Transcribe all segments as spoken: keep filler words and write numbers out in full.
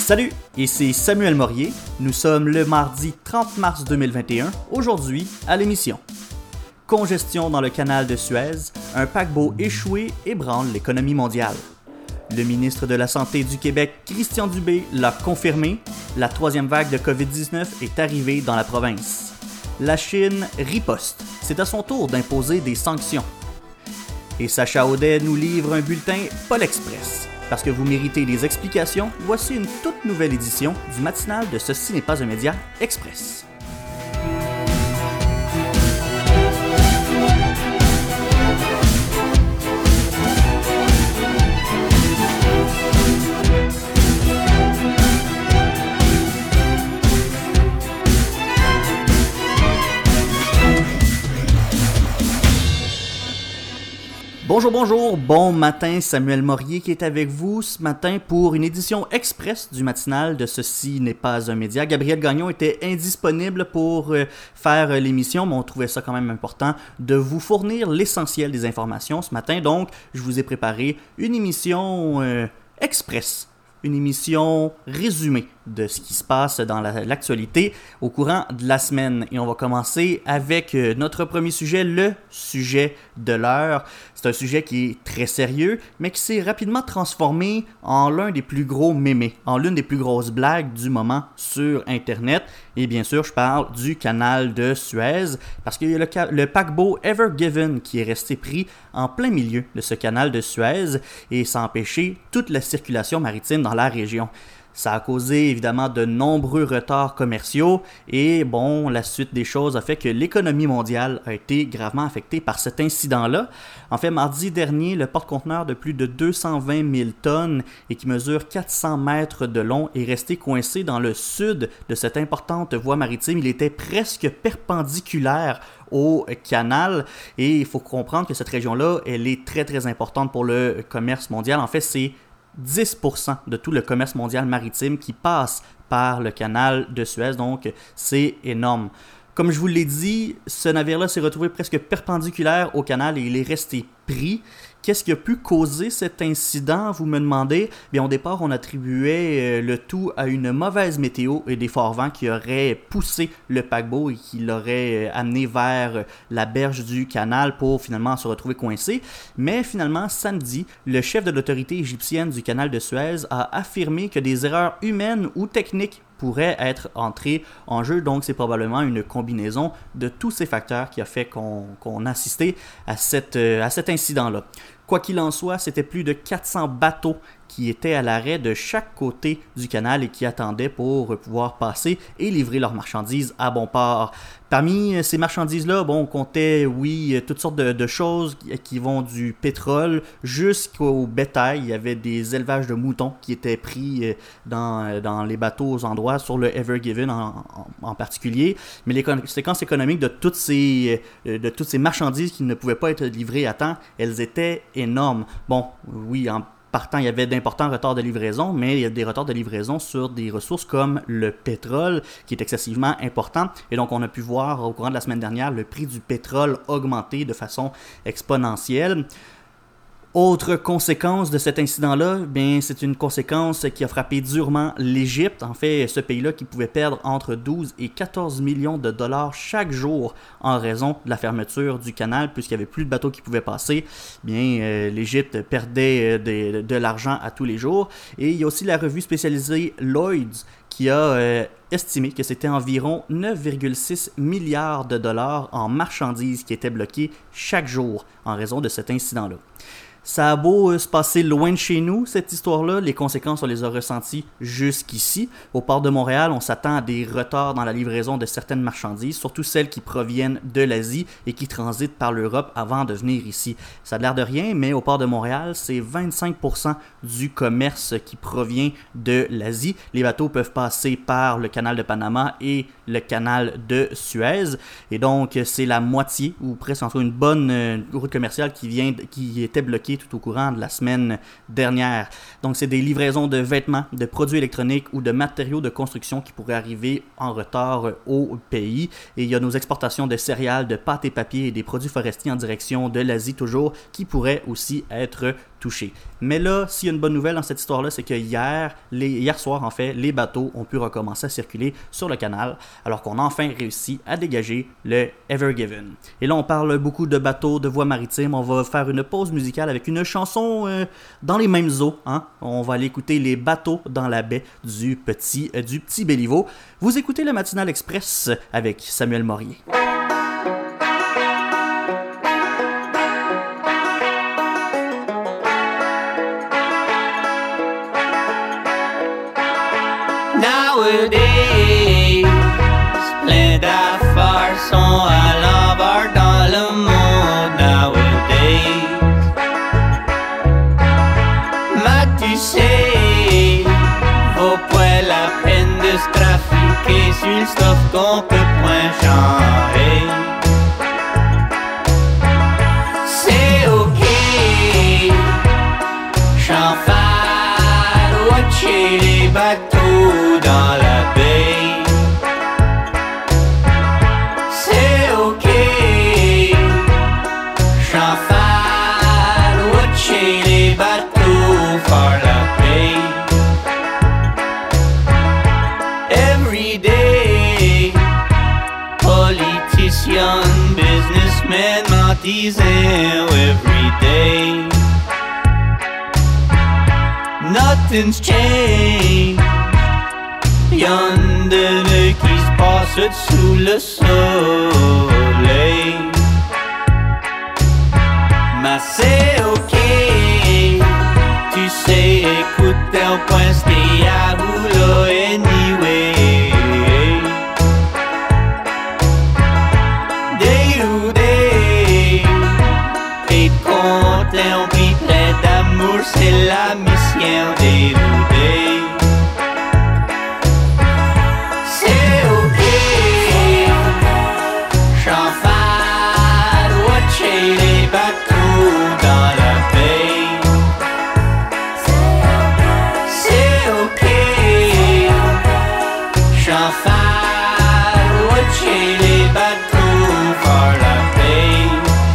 Salut, ici Samuel Morier. Nous sommes le mardi trente mars deux mille vingt et un. Aujourd'hui, à l'émission. Congestion dans le canal de Suez, un paquebot échoué ébranle l'économie mondiale. Le ministre de la Santé du Québec, Christian Dubé, l'a confirmé, la troisième vague de covid dix-neuf est arrivée dans la province. La Chine riposte, c'est à son tour d'imposer des sanctions. Et Sacha Audet nous livre un bulletin Paul Express. Parce que vous méritez des explications, voici une toute nouvelle édition du matinal de Ceci n'est pas un média Express. Bonjour, bonjour, bon matin, Samuel Morier qui est avec vous ce matin pour une édition express du matinal de Ceci n'est pas un média. Gabriel Gagnon était indisponible pour euh, faire euh, l'émission, mais on trouvait ça quand même important de vous fournir l'essentiel des informations ce matin. Donc, je vous ai préparé une émission euh, express, une émission résumée de ce qui se passe dans la, l'actualité au courant de la semaine. Et on va commencer avec euh, notre premier sujet, le sujet de l'heure. C'est un sujet qui est très sérieux, mais qui s'est rapidement transformé en l'un des plus gros mémés, en l'une des plus grosses blagues du moment sur Internet. Et bien sûr, je parle du canal de Suez, parce qu'il y a le, le paquebot Ever Given qui est resté pris en plein milieu de ce canal de Suez et ça a empêché toute la circulation maritime dans la région. Ça a causé évidemment de nombreux retards commerciaux et bon, la suite des choses a fait que l'économie mondiale a été gravement affectée par cet incident-là. En fait, mardi dernier, le porte-conteneur de plus de deux cent vingt mille tonnes et qui mesure quatre cents mètres de long est resté coincé dans le sud de cette importante voie maritime. Il était presque perpendiculaire au canal et il faut comprendre que cette région-là, elle est très très importante pour le commerce mondial. En fait, c'est dix pour cent de tout le commerce mondial maritime qui passe par le canal de Suez, donc c'est énorme. Comme je vous l'ai dit, ce navire-là s'est retrouvé presque perpendiculaire au canal et il est resté pris. Qu'est-ce qui a pu causer cet incident, vous me demandez? Bien, au départ, on attribuait le tout à une mauvaise météo et des forts vents qui auraient poussé le paquebot et qui l'auraient amené vers la berge du canal pour finalement se retrouver coincé. Mais finalement, samedi, le chef de l'autorité égyptienne du canal de Suez a affirmé que des erreurs humaines ou techniques pourrait être entré en jeu. Donc, c'est probablement une combinaison de tous ces facteurs qui a fait qu'on, qu'on a assisté à, cette, à cet incident-là. Quoi qu'il en soit, c'était plus de quatre cents bateaux qui étaient à l'arrêt de chaque côté du canal et qui attendaient pour pouvoir passer et livrer leurs marchandises à bon port. Parmi ces marchandises-là, bon, on comptait, oui, toutes sortes de, de choses qui vont du pétrole jusqu'au bétail. Il y avait des élevages de moutons qui étaient pris dans, dans les bateaux aux endroits, sur le Ever Given en, en, en particulier. Mais les conséquences économiques de toutes ces, de toutes ces marchandises qui ne pouvaient pas être livrées à temps, elles étaient énormes. Bon, oui, en partant, il y avait d'importants retards de livraison, mais il y a des retards de livraison sur des ressources comme le pétrole, qui est excessivement important. Et donc, on a pu voir au courant de la semaine dernière le prix du pétrole augmenter de façon exponentielle. Autre conséquence de cet incident-là, bien, c'est une conséquence qui a frappé durement l'Égypte. En fait, ce pays-là qui pouvait perdre entre douze et quatorze millions de dollars chaque jour en raison de la fermeture du canal, puisqu'il n'y avait plus de bateaux qui pouvaient passer. Bien, euh, l'Égypte perdait euh, de, de l'argent à tous les jours. Et il y a aussi la revue spécialisée Lloyd's qui a euh, estimé que c'était environ neuf virgule six milliards de dollars en marchandises qui étaient bloquées chaque jour en raison de cet incident-là. Ça a beau euh, se passer loin de chez nous, cette histoire-là, les conséquences, on les a ressenties jusqu'ici. Au port de Montréal, on s'attend à des retards dans la livraison de certaines marchandises, surtout celles qui proviennent de l'Asie et qui transitent par l'Europe avant de venir ici. Ça a l'air de rien, mais au port de Montréal, c'est vingt-cinq pour cent du commerce qui provient de l'Asie. Les bateaux peuvent passer par le canal de Panama et le canal de Suez, et donc c'est la moitié, ou presque en tout une bonne euh, route commerciale qui, vient, qui était bloquée tout au courant de la semaine dernière. Donc, c'est des livraisons de vêtements, de produits électroniques ou de matériaux de construction qui pourraient arriver en retard au pays. Et il y a nos exportations de céréales, de pâtes et papier et des produits forestiers en direction de l'Asie toujours qui pourraient aussi être touchés. Mais là, s'il y a une bonne nouvelle dans cette histoire-là, c'est que hier, les, hier soir, en fait, les bateaux ont pu recommencer à circuler sur le canal, alors qu'on a enfin réussi à dégager le Ever Given. Et là, on parle beaucoup de bateaux, de voies maritimes. On va faire une pause musicale avec une chanson euh, dans les mêmes eaux. Hein? On va aller écouter les bateaux dans la baie du petit, euh, du petit Béliveau. Vous écoutez le Matinal Express avec Samuel Morier. Nowadays, plein d'affaires sont à l'envers dans le monde. Nowadays, mais tu sais, vaut pas la peine de se trafiquer sur le stuff qu'on peut point changer. C'est ok, j'en fais watcher les bateaux dans la baie. C'est ok, j'en fais watcher les bateaux faire la paix. Every day, politician, businessman, artisan, every day. Nothing's changed. Y'en de qui se passe sous le soleil. Mais c'est ok, tu sais, écoute, au point c'était à vous là, anyway. Day to day, et content, puis plein d'amour, c'est la mission. Day to day. Les bateaux dans la baie. C'est ok, j'en fais watcher les bateaux faire la paix.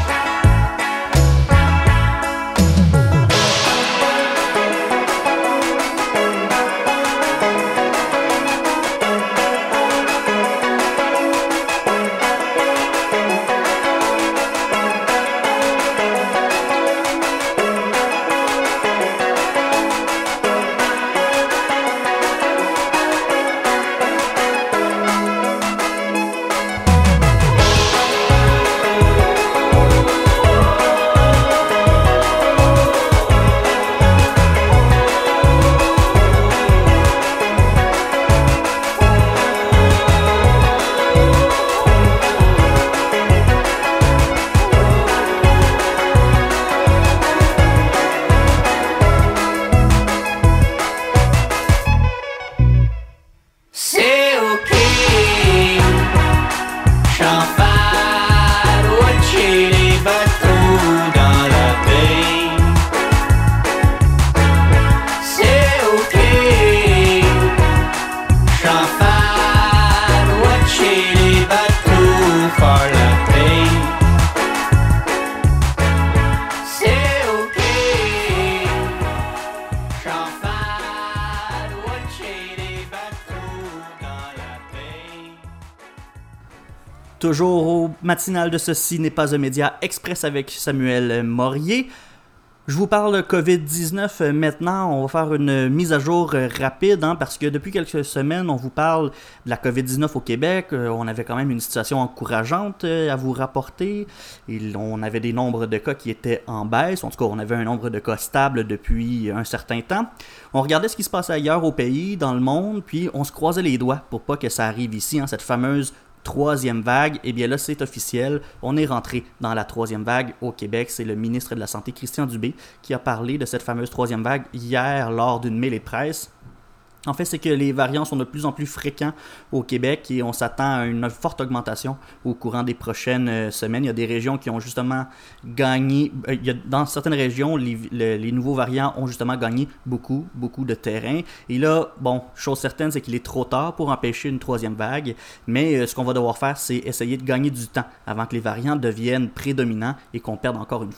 Toujours au matinal de Ceci n'est pas un média express avec Samuel Morier. Je vous parle de covid dix-neuf maintenant. On va faire une mise à jour rapide hein, parce que depuis quelques semaines, on vous parle de la covid dix-neuf au Québec. On avait quand même une situation encourageante à vous rapporter. Et on avait des nombres de cas qui étaient en baisse. En tout cas, on avait un nombre de cas stable depuis un certain temps. On regardait ce qui se passait ailleurs au pays, dans le monde, puis on se croisait les doigts pour pas que ça arrive ici, hein, cette fameuse troisième vague. Eh bien là, c'est officiel. On est rentré dans la troisième vague au Québec. C'est le ministre de la Santé, Christian Dubé, qui a parlé de cette fameuse troisième vague hier lors d'une mêlée de presse. En fait, c'est que les variants sont de plus en plus fréquents au Québec et on s'attend à une forte augmentation au courant des prochaines semaines. Il y a des régions qui ont justement gagné, euh, il y a, dans certaines régions, les, les, les nouveaux variants ont justement gagné beaucoup, beaucoup de terrain. Et là, bon, chose certaine, c'est qu'il est trop tard pour empêcher une troisième vague, mais euh, ce qu'on va devoir faire, c'est essayer de gagner du temps avant que les variants deviennent prédominants et qu'on perde encore une fois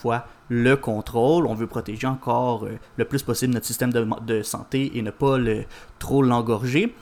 le contrôle. On veut protéger encore euh, le plus possible notre système de, de santé et ne pas le, trop l'engorger.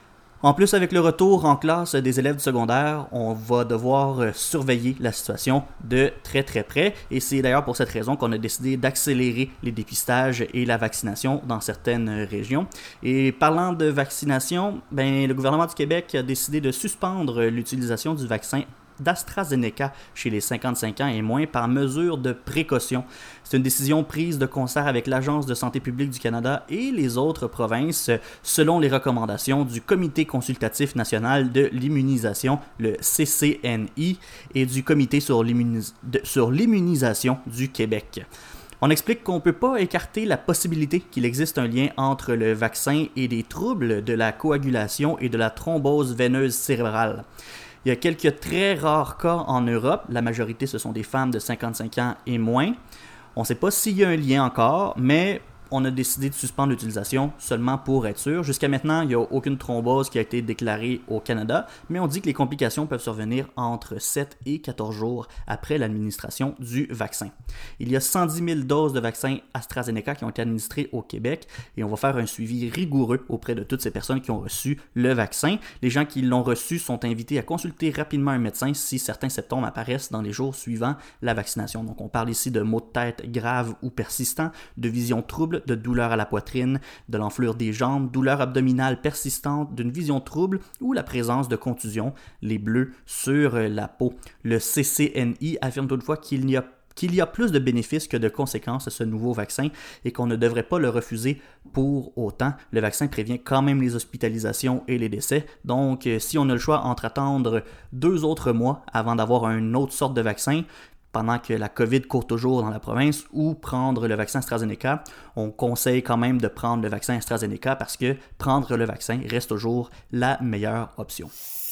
En plus, avec le retour en classe des élèves du secondaire, on va devoir surveiller la situation de très très près. Et c'est d'ailleurs pour cette raison qu'on a décidé d'accélérer les dépistages et la vaccination dans certaines régions. Et parlant de vaccination, ben, le gouvernement du Québec a décidé de suspendre l'utilisation du vaccin d'AstraZeneca chez les cinquante-cinq ans et moins par mesure de précaution. C'est une décision prise de concert avec l'Agence de santé publique du Canada et les autres provinces selon les recommandations du Comité consultatif national de l'immunisation, le C C N I, et du Comité sur, l'immunis- de, sur l'immunisation du Québec. On explique qu'on ne peut pas écarter la possibilité qu'il existe un lien entre le vaccin et des troubles de la coagulation et de la thrombose veineuse cérébrale. Il y a quelques très rares cas en Europe. La majorité, ce sont des femmes de cinquante-cinq ans et moins. On ne sait pas s'il y a un lien encore, mais on a décidé de suspendre l'utilisation seulement pour être sûr. Jusqu'à maintenant, il n'y a aucune thrombose qui a été déclarée au Canada, mais on dit que les complications peuvent survenir entre sept et quatorze jours après l'administration du vaccin. Il y a cent dix mille doses de vaccin AstraZeneca qui ont été administrées au Québec et on va faire un suivi rigoureux auprès de toutes ces personnes qui ont reçu le vaccin. Les gens qui l'ont reçu sont invités à consulter rapidement un médecin si certains symptômes apparaissent dans les jours suivant la vaccination. Donc on parle ici de maux de tête graves ou persistants, de vision trouble, de douleurs à la poitrine, de l'enflure des jambes, douleurs abdominales persistantes, d'une vision trouble ou la présence de contusions, les bleus sur la peau. Le C C N I affirme toutefois qu'il n'y a qu'il y a plus de bénéfices que de conséquences à ce nouveau vaccin et qu'on ne devrait pas le refuser pour autant. Le vaccin prévient quand même les hospitalisations et les décès, donc si on a le choix entre attendre deux autres mois avant d'avoir une autre sorte de vaccin, pendant que la COVID court toujours dans la province, ou prendre le vaccin AstraZeneca, on conseille quand même de prendre le vaccin AstraZeneca parce que prendre le vaccin reste toujours la meilleure option.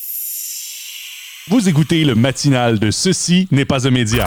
Vous écoutez le matinal de Ceci n'est pas un média.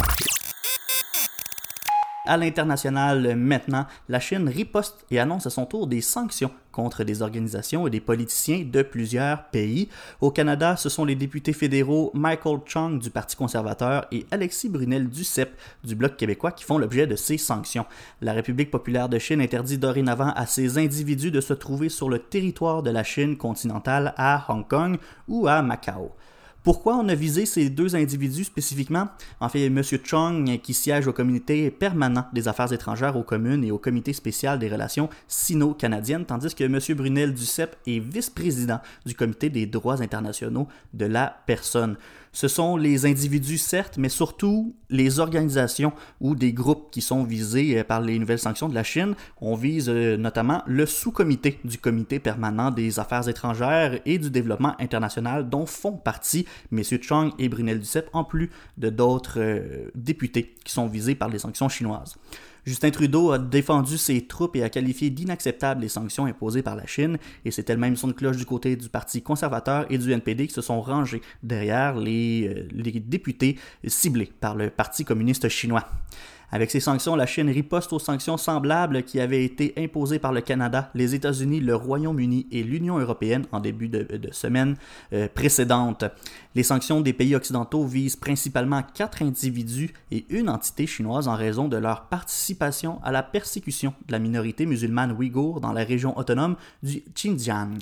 À l'international, maintenant, la Chine riposte et annonce à son tour des sanctions contre des organisations et des politiciens de plusieurs pays. Au Canada, ce sont les députés fédéraux Michael Chong du Parti conservateur et Alexis Brunel-Duceppe du Bloc québécois qui font l'objet de ces sanctions. La République populaire de Chine interdit dorénavant à ces individus de se trouver sur le territoire de la Chine continentale à Hong Kong ou à Macao. Pourquoi on a visé ces deux individus spécifiquement? En fait, M. Chong, qui siège au comité permanent des affaires étrangères aux communes et au comité spécial des relations sino-canadiennes, tandis que M. Brunel-Duceppe est vice-président du comité des droits internationaux de la personne. Ce sont les individus, certes, mais surtout les organisations ou des groupes qui sont visés par les nouvelles sanctions de la Chine. On vise euh, notamment le sous-comité du comité permanent des affaires étrangères et du développement international dont font partie M. Chong et Brunel-Duceppe, en plus de d'autres euh, députés qui sont visés par les sanctions chinoises. Justin Trudeau a défendu ses troupes et a qualifié d'inacceptables les sanctions imposées par la Chine, et c'était le même son de cloche du côté du Parti conservateur et du N P D qui se sont rangés derrière les, euh, les députés ciblés par le Parti communiste chinois. Avec ces sanctions, la Chine riposte aux sanctions semblables qui avaient été imposées par le Canada, les États-Unis, le Royaume-Uni et l'Union européenne en début de, de semaine euh, précédente. Les sanctions des pays occidentaux visent principalement quatre individus et une entité chinoise en raison de leur participation à la persécution de la minorité musulmane ouïghour dans la région autonome du Xinjiang.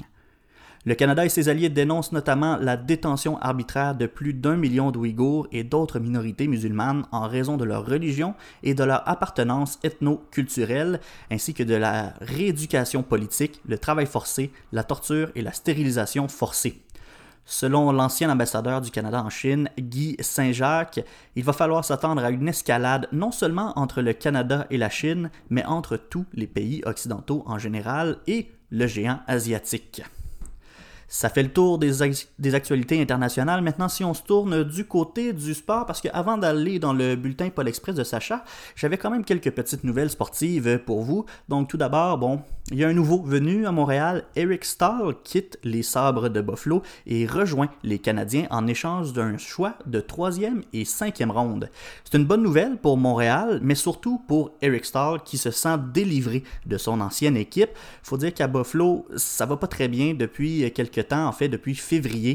Le Canada et ses alliés dénoncent notamment la détention arbitraire de plus d'un million d'Ouïghours et d'autres minorités musulmanes en raison de leur religion et de leur appartenance ethno-culturelle, ainsi que de la rééducation politique, le travail forcé, la torture et la stérilisation forcée. Selon l'ancien ambassadeur du Canada en Chine, Guy Saint-Jacques, il va falloir s'attendre à une escalade non seulement entre le Canada et la Chine, mais entre tous les pays occidentaux en général et le géant asiatique. Ça fait le tour des, des actualités internationales. Maintenant, si on se tourne du côté du sport, parce qu'avant d'aller dans le bulletin Pôle Express de Sacha, j'avais quand même quelques petites nouvelles sportives pour vous. Donc tout d'abord, bon, il y a un nouveau venu à Montréal. Eric Staal quitte les Sabres de Buffalo et rejoint les Canadiens en échange d'un choix de troisième et cinquième ronde. C'est une bonne nouvelle pour Montréal, mais surtout pour Eric Staal qui se sent délivré de son ancienne équipe. Il faut dire qu'à Buffalo, ça va pas très bien depuis quelques temps, en fait depuis février,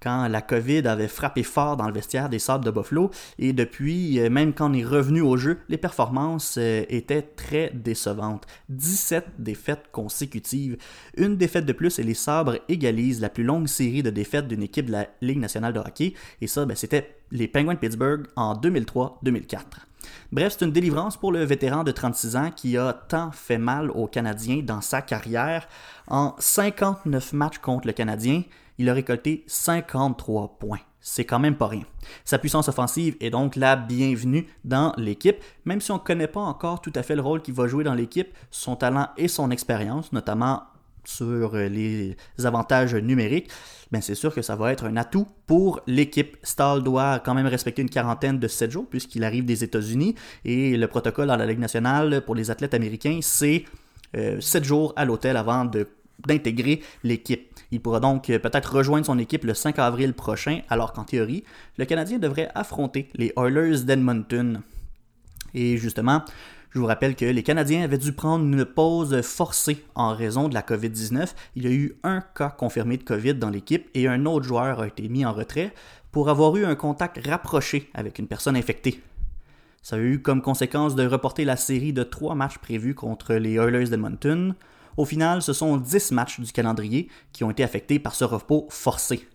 quand la COVID avait frappé fort dans le vestiaire des Sabres de Buffalo. Et depuis, même quand on est revenu au jeu, les performances étaient très décevantes. dix-sept défaites consécutives. Une défaite de plus et les Sabres égalisent la plus longue série de défaites d'une équipe de la Ligue nationale de hockey. Et ça, ben, c'était les Penguins de Pittsburgh en deux mille trois deux mille quatre. Bref, c'est une délivrance pour le vétéran de trente-six ans qui a tant fait mal aux Canadiens dans sa carrière. En cinquante-neuf matchs contre le Canadien, il a récolté cinquante-trois points. C'est quand même pas rien. Sa puissance offensive est donc la bienvenue dans l'équipe, même si on ne connaît pas encore tout à fait le rôle qu'il va jouer dans l'équipe, son talent et son expérience, notamment sur les avantages numériques, ben c'est sûr que ça va être un atout pour l'équipe. Stahl doit quand même respecter une quarantaine de sept jours puisqu'il arrive des États-Unis et le protocole dans la Ligue nationale pour les athlètes américains, c'est euh, sept jours à l'hôtel avant de, d'intégrer l'équipe. Il pourra donc peut-être rejoindre son équipe le cinq avril prochain, alors qu'en théorie, le Canadien devrait affronter les Oilers d'Edmonton. Et justement, je vous rappelle que les Canadiens avaient dû prendre une pause forcée en raison de la covid dix-neuf. Il y a eu un cas confirmé de COVID dans l'équipe et un autre joueur a été mis en retrait pour avoir eu un contact rapproché avec une personne infectée. Ça a eu comme conséquence de reporter la série de trois matchs prévus contre les Oilers d'Edmonton. Au final, ce sont dix matchs du calendrier qui ont été affectés par ce repos forcé.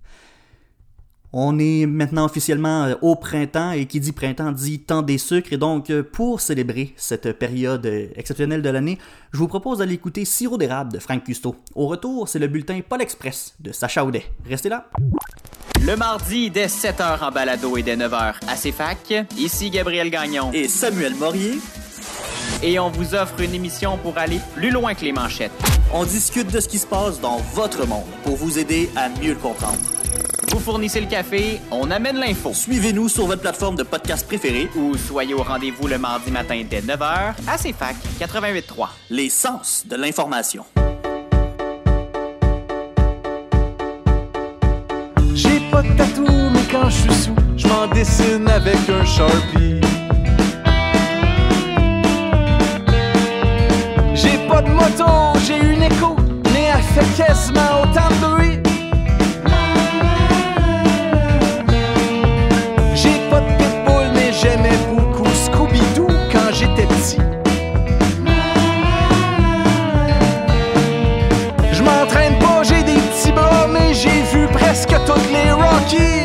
On est maintenant officiellement au printemps et qui dit printemps dit temps des sucres. Et donc, pour célébrer cette période exceptionnelle de l'année, je vous propose d'aller écouter Sirop d'érable de Frank Custo. Au retour, c'est le bulletin Paul Express de Sacha Audet. Restez là! Le mardi, dès sept heures en balado et dès neuf heures à C F A C, ici Gabriel Gagnon et Samuel Morier. Et on vous offre une émission pour aller plus loin que les manchettes. On discute de ce qui se passe dans votre monde pour vous aider à mieux le comprendre. Vous fournissez le café, on amène l'info. Suivez-nous sur votre plateforme de podcast préférée ou soyez au rendez-vous le mardi matin dès neuf heures à C F A C quatre-vingt-huit trois. Les sens de l'information. J'ai pas de tatou, mais quand je suis sous, je m'en dessine avec un Sharpie. J'ai pas de moto, j'ai une écho, mais elle fait quasiment autant de bruit. J'aimais beaucoup Scooby-Doo quand j'étais petit. Je m'entraîne pas, j'ai des petits bras, mais j'ai vu presque toutes les Rocky.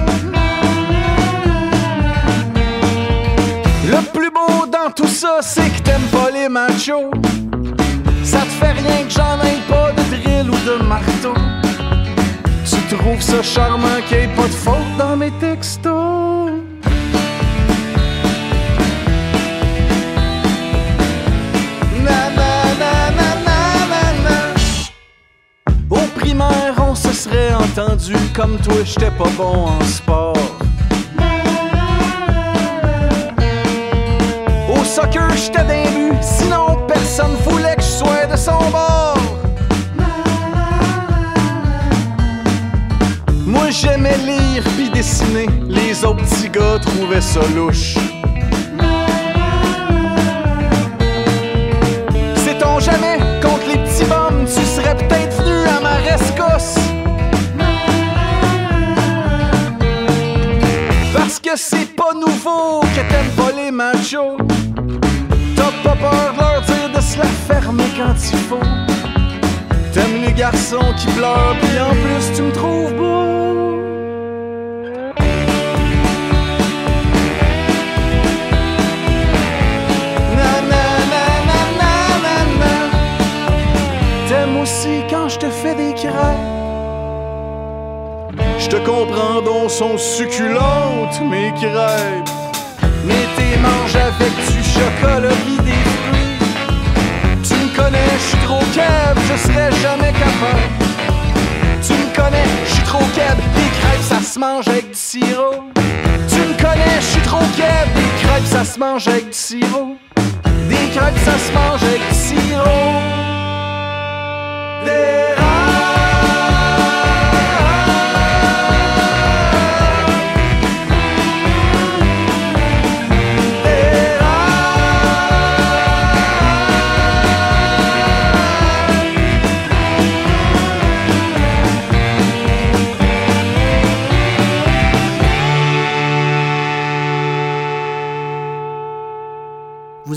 Le plus beau dans tout ça, c'est que t'aimes pas les machos. Ça te fait rien que j'en aille pas de drill ou de marteau. Tu trouves ça charmant qu'il y ait pas de faute dans mes textos. On se serait entendu comme toi, j'étais pas bon en sport. Au soccer, j'étais d'un but, sinon personne voulait que je sois de son bord. Moi j'aimais lire pis dessiner, les autres petits gars trouvaient ça louche. Sait-on jamais contre les petits bums, tu serais peut-être venu à ma rescosse. Parce que c'est pas nouveau que t'aimes pas les machos. T'as pas peur de leur dire de se la fermer quand il faut. T'aimes les garçons qui pleurent, pis en plus tu me trouves beau. Na na na na na na na. T'aimes aussi quand je te fais des crêpes. Je te comprends donc sont succulentes mes crêpes. Mais t'es manges avec du chocolat pis des fruits. Tu me connais, je suis trop cave, je serais jamais capable. Tu me connais, je suis trop cave, des crêpes ça se mange avec du sirop. Tu me connais, je suis trop cave, des crêpes ça se mange avec du sirop. Des crêpes ça se mange avec du sirop. Des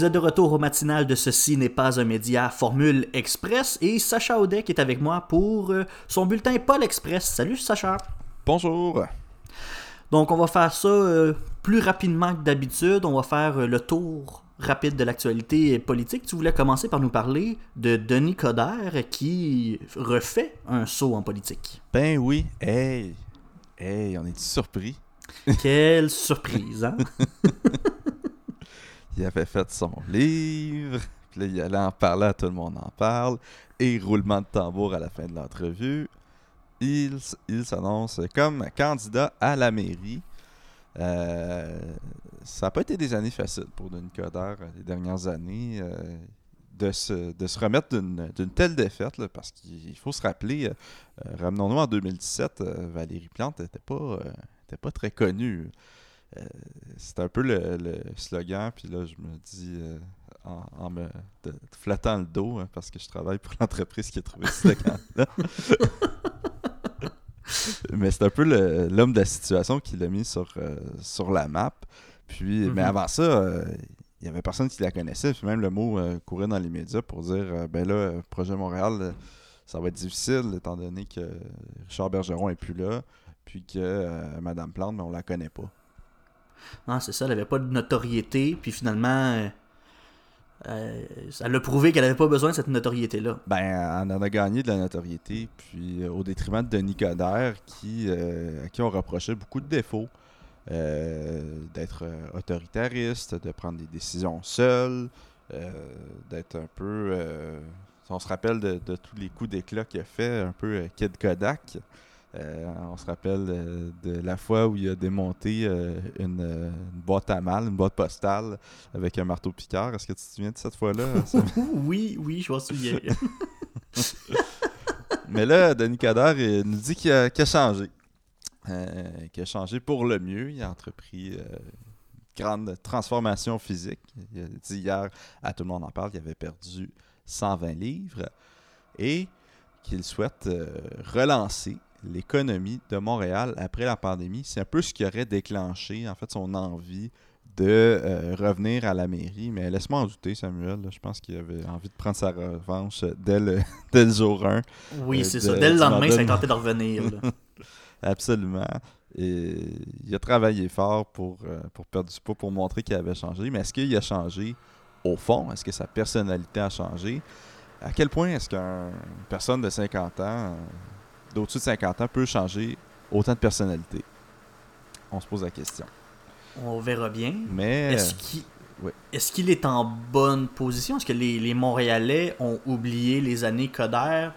Vous êtes de retour au matinal de Ceci n'est pas un média Formule Express et Sacha Audet qui est avec moi pour euh, son bulletin Paul Express. Salut Sacha. Bonjour. Donc on va faire ça euh, plus rapidement que d'habitude. On va faire euh, le tour rapide de l'actualité politique. Tu voulais commencer par nous parler de Denis Coderre qui refait un saut en politique. Ben oui. Hey. Hey, on est surpris. Quelle surprise, hein? Il avait fait son livre, puis là, il allait en parler à Tout le monde en parle, et roulement de tambour à la fin de l'entrevue, il, il s'annonce comme candidat à la mairie. Euh, ça n'a pas été des années faciles pour Denis Coderre les dernières années, euh, de, se, de se remettre d'une, d'une telle défaite, là, parce qu'il faut se rappeler, euh, ramenons-nous en deux mille dix-sept, euh, Valérie Plante n'était pas, euh, était pas très connue. Euh, c'est un peu le, le slogan, puis là je me dis euh, en, en me de, de flattant le dos, hein, parce que je travaille pour l'entreprise qui a trouvé ce slogan-là. Mais c'est un peu le, l'homme de la situation qui l'a mis sur, euh, sur la map. Puis, mm-hmm. Mais avant ça, euh, il y avait personne qui la connaissait, puis même le mot euh, courait dans les médias pour dire euh, ben là, Projet Montréal, euh, ça va être difficile étant donné que Richard Bergeron n'est plus là, puis que euh, Mme Plante, ben, on la connaît pas. Ah, c'est ça, elle n'avait pas de notoriété, puis finalement, euh, euh, elle a prouvé qu'elle n'avait pas besoin de cette notoriété-là. Ben, elle en a gagné de la notoriété, puis euh, au détriment de Denis Coderre, qui, euh, à qui on reprochait beaucoup de défauts, euh, d'être euh, autoritariste, de prendre des décisions seul, euh, d'être un peu... Euh, on se rappelle de, de tous les coups d'éclat qu'il a fait, un peu euh, Kid Kodak. Euh, on se rappelle euh, de la fois où il a démonté euh, une, euh, une boîte à mal, une boîte postale avec un marteau piqueur. Est-ce que tu te souviens de cette fois-là? Oui, oui, je m'en souviens. Mais là, Denis Coderre il nous dit qu'il a, qu'il a changé. Euh, qu'il a changé pour le mieux. Il a entrepris euh, une grande transformation physique. Il a dit hier, à Tout le monde en parle, qu'il avait perdu cent vingt livres et qu'il souhaite euh, relancer l'économie de Montréal après la pandémie. C'est un peu ce qui aurait déclenché en fait son envie de euh, revenir à la mairie. Mais laisse-moi en douter, Samuel. Là, je pense qu'il avait envie de prendre sa revanche dès le, dès le jour un. Oui, euh, c'est de, ça. Dès le lendemain, ça a tenté de revenir. Là. Absolument. Et il a travaillé fort pour, euh, pour perdre du poids, pour montrer qu'il avait changé. Mais est-ce qu'il a changé au fond? Est-ce que sa personnalité a changé? À quel point est-ce qu'une personne de cinquante ans... d'au-dessus de cinquante ans peut changer autant de personnalité? On se pose la question. On verra bien. Mais est-ce qu'il, oui. est-ce qu'il est en bonne position? Est-ce que les, les Montréalais ont oublié les années Coderre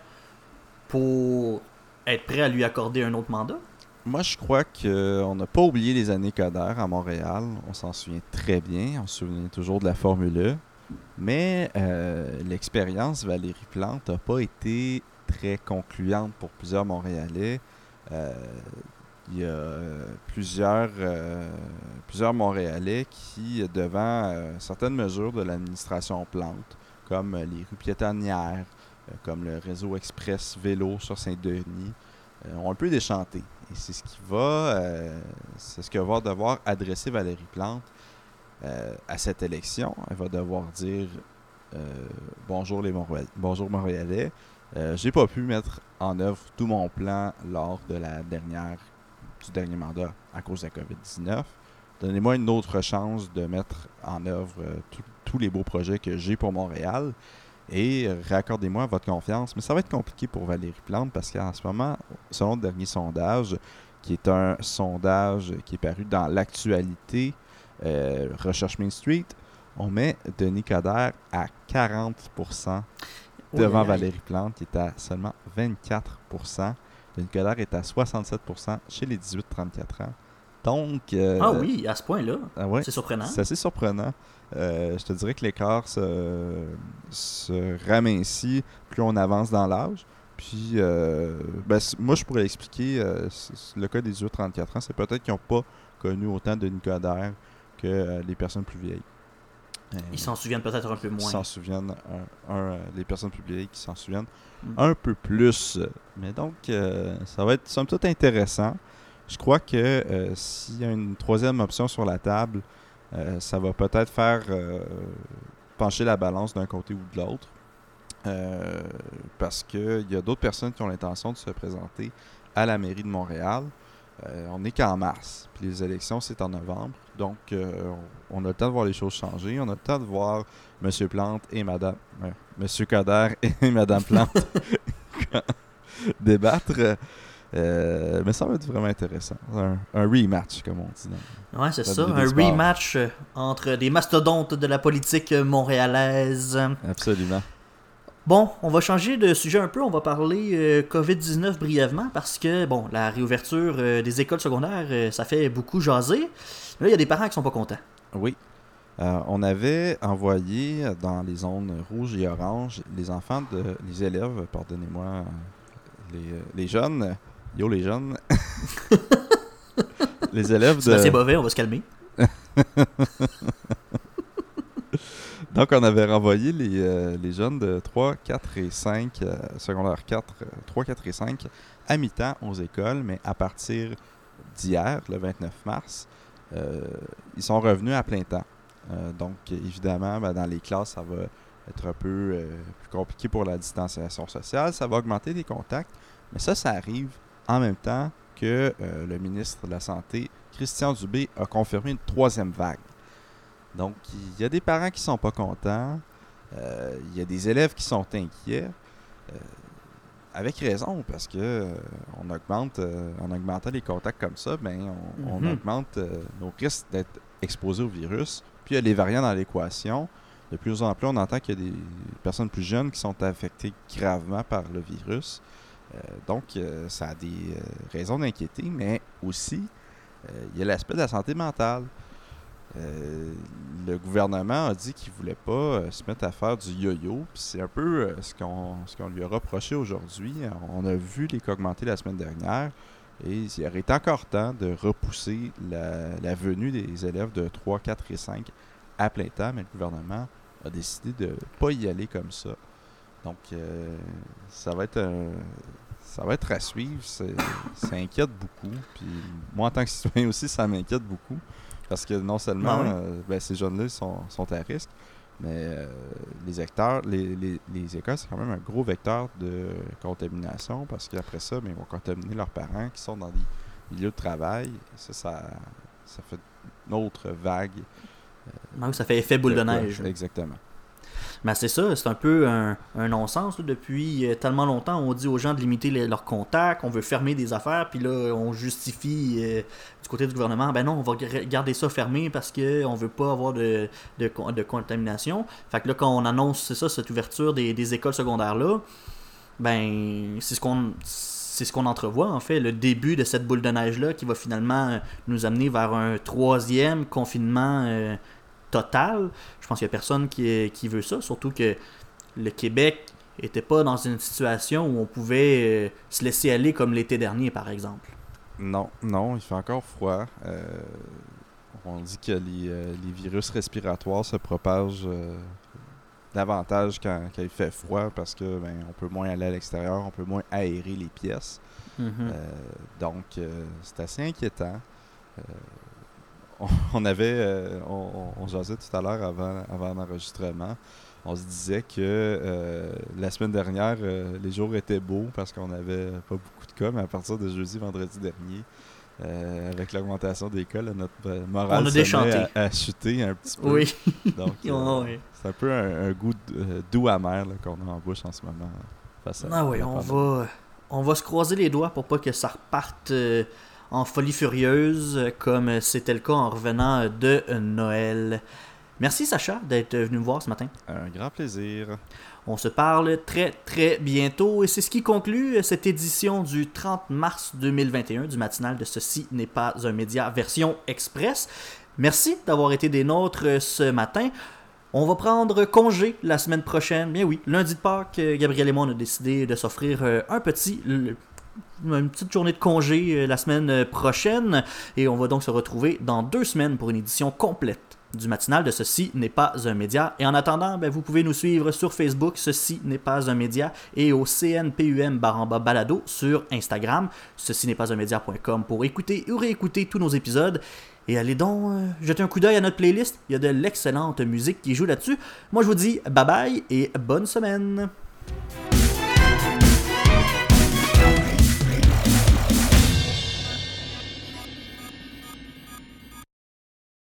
pour être prêts à lui accorder un autre mandat? Moi, je crois qu'on n'a pas oublié les années Coderre à Montréal. On s'en souvient très bien. On se souvient toujours de la Formule E. Mais euh, l'expérience Valérie Plante n'a pas été très concluante pour plusieurs Montréalais. Euh, il y a euh, plusieurs, euh, plusieurs Montréalais qui, devant euh, certaines mesures de l'administration Plante, comme euh, les rues piétonnières, euh, comme le réseau express vélo sur Saint-Denis, euh, ont un peu déchanté. Et c'est ce qui va, euh, c'est ce que va devoir adresser Valérie Plante euh, à cette élection. Elle va devoir dire euh, bonjour les Montréalais, bonjour Montréalais. Euh, j'ai pas pu mettre en œuvre tout mon plan lors de la dernière du dernier mandat à cause de la covid dix-neuf. Donnez-moi une autre chance de mettre en œuvre euh, tous les beaux projets que j'ai pour Montréal et euh, raccordez-moi votre confiance. Mais ça va être compliqué pour Valérie Plante parce qu'en ce moment, selon le dernier sondage, qui est un sondage qui est paru dans l'actualité euh, Recherche Main Street, on met Denis Coderre à quarante pour cent devant oui, Valérie Plante, qui est à seulement vingt-quatre pour cent. Denis Coderre est à soixante-sept pour cent chez les dix-huit à trente-quatre ans. Donc... Euh, ah oui, à ce point-là. Ah ouais, c'est surprenant. C'est assez surprenant. Euh, je te dirais que l'écart se, se ramincit plus on avance dans l'âge. Puis, euh, ben, moi, je pourrais l'expliquer. Euh, le cas des dix-huit à trente-quatre ans, c'est peut-être qu'ils n'ont pas connu autant Denis Coderre que euh, les personnes plus vieilles. Ils s'en souviennent peut-être un peu moins. Ils s'en souviennent, un, un, les personnes plus vieilles qui s'en souviennent mm. un peu plus. Mais donc, euh, ça va être somme toute intéressant. Je crois que euh, s'il y a une troisième option sur la table, euh, ça va peut-être faire euh, pencher la balance d'un côté ou de l'autre. Euh, parce qu'il y a d'autres personnes qui ont l'intention de se présenter à la mairie de Montréal. Euh, on n'est qu'en mars, puis les élections, c'est en novembre. Donc, euh, on, on a le temps de voir les choses changer. On a le temps de voir M. Plante et Mme... Euh, M. Coderre et Mme Plante débattre. Euh, mais ça va être vraiment intéressant. Un, un rematch, comme on dit. Dans, ouais, c'est ça. dans Un rematch euh, entre des mastodontes de la politique montréalaise. Absolument. Bon, on va changer de sujet un peu. On va parler euh, covid dix-neuf brièvement parce que, bon, la réouverture euh, des écoles secondaires, euh, ça fait beaucoup jaser. Là, il y a des parents qui sont pas contents. Oui. Euh, on avait envoyé dans les zones rouges et oranges les enfants, de, les élèves, pardonnez-moi, les, les jeunes, yo les jeunes, les élèves de... C'est assez mauvais, on va se calmer. Donc, on avait renvoyé les, euh, les jeunes de trois, quatre et cinq, euh, secondaire quatre, euh, trois, quatre et cinq, à mi-temps aux écoles, mais à partir d'hier, le vingt-neuf mars, euh, ils sont revenus à plein temps. Euh, donc, évidemment, ben, dans les classes, ça va être un peu euh, plus compliqué pour la distanciation sociale. Ça va augmenter les contacts, mais ça, ça arrive en même temps que euh, le ministre de la Santé, Christian Dubé, a confirmé une troisième vague. Donc, il y a des parents qui sont pas contents, euh, il y a des élèves qui sont inquiets, euh, avec raison, parce que euh, on augmente, euh, en augmentant les contacts comme ça, ben, on, on Mm-hmm. augmente euh, nos risques d'être exposés au virus. Puis il y a les variants dans l'équation. De plus en plus, on entend qu'il y a des personnes plus jeunes qui sont affectées gravement par le virus. Euh, donc, euh, ça a des euh, raisons d'inquiéter, mais aussi, euh, il y a l'aspect de la santé mentale. Euh, le gouvernement a dit qu'il ne voulait pas euh, se mettre à faire du yo-yo. Puis c'est un peu euh, ce qu'on ce qu'on lui a reproché aujourd'hui. On a vu les cas augmenter la semaine dernière et il aurait été encore temps de repousser la, la venue des élèves de trois, quatre et cinq à plein temps, mais le gouvernement a décidé de ne pas y aller comme ça. Donc, euh, ça va être un, ça va être à suivre. C'est, ça inquiète beaucoup. Puis moi, en tant que citoyen aussi, ça m'inquiète beaucoup. Parce que non seulement Ah oui. euh, ben, ces jeunes-là sont, sont à risque, mais euh, les, acteurs, les, les, les écoles, c'est quand même un gros vecteur de contamination parce qu'après ça, ben, ils vont contaminer leurs parents qui sont dans des milieux de travail. Et ça, ça, ça fait une autre vague. Ah oui, ça fait effet boule de quoi. neige. Exactement. Mais c'est ça, c'est un peu un, un non-sens. Là. Depuis euh, tellement longtemps, on dit aux gens de limiter les- leurs contacts, on veut fermer des affaires, puis là, on justifie euh, du côté du gouvernement, ben non, on va gar- garder ça fermé parce qu'on veut pas avoir de, de, con- de contamination. Fait que là, quand on annonce, c'est ça, cette ouverture des, des écoles secondaires-là, ben, c'est ce qu'on... C'est ce qu'on entrevoit, en fait, le début de cette boule de neige-là qui va finalement nous amener vers un troisième confinement euh, total. Je pense qu'il n'y a personne qui, qui veut ça, surtout que le Québec n'était pas dans une situation où on pouvait euh, se laisser aller comme l'été dernier, par exemple. Non, non, il fait encore froid. Euh, on dit que les, euh, les virus respiratoires se propagent euh, davantage quand, quand il fait froid parce que ben, on peut moins aller à l'extérieur, on peut moins aérer les pièces. Mm-hmm. Euh, donc, euh, c'est assez inquiétant. Euh, on, on avait, euh, on, on jasait tout à l'heure avant, avant l'enregistrement. On se disait que euh, la semaine dernière, euh, les jours étaient beaux parce qu'on n'avait pas beaucoup de cas, mais à partir de jeudi, vendredi dernier, euh, avec l'augmentation des cas, là, notre euh, morale On a se met déchanté. à, à chuter un petit peu. Oui. Donc, euh, Ouais, ouais. c'est un peu un, un goût d- euh, doux amer là, qu'on a en bouche en ce moment. Face à Ah oui, la on pandémie. va, on va se croiser les doigts pour pas que ça reparte euh, en folie furieuse euh, comme c'était le cas en revenant de euh, Noël. Merci Sacha d'être venu me voir ce matin. Un grand plaisir. On se parle très très bientôt et c'est ce qui conclut cette édition du trente mars deux mille vingt et un du matinal de Ceci n'est pas un média version express. Merci d'avoir été des nôtres ce matin. On va prendre congé la semaine prochaine. Bien oui, lundi de Pâques, Gabriel et moi on a décidé de s'offrir un petit... une petite journée de congé la semaine prochaine et on va donc se retrouver dans deux semaines pour une édition complète du matinal de Ceci n'est pas un média. Et en attendant, ben, vous pouvez nous suivre sur Facebook, Ceci n'est pas un média, et au C N P U M barre en bas balado sur Instagram, ceci n'est pas un média point com pour écouter ou réécouter tous nos épisodes. Et allez donc euh, jeter un coup d'œil à notre playlist, il y a de l'excellente musique qui joue là-dessus. Moi je vous dis bye bye et bonne semaine.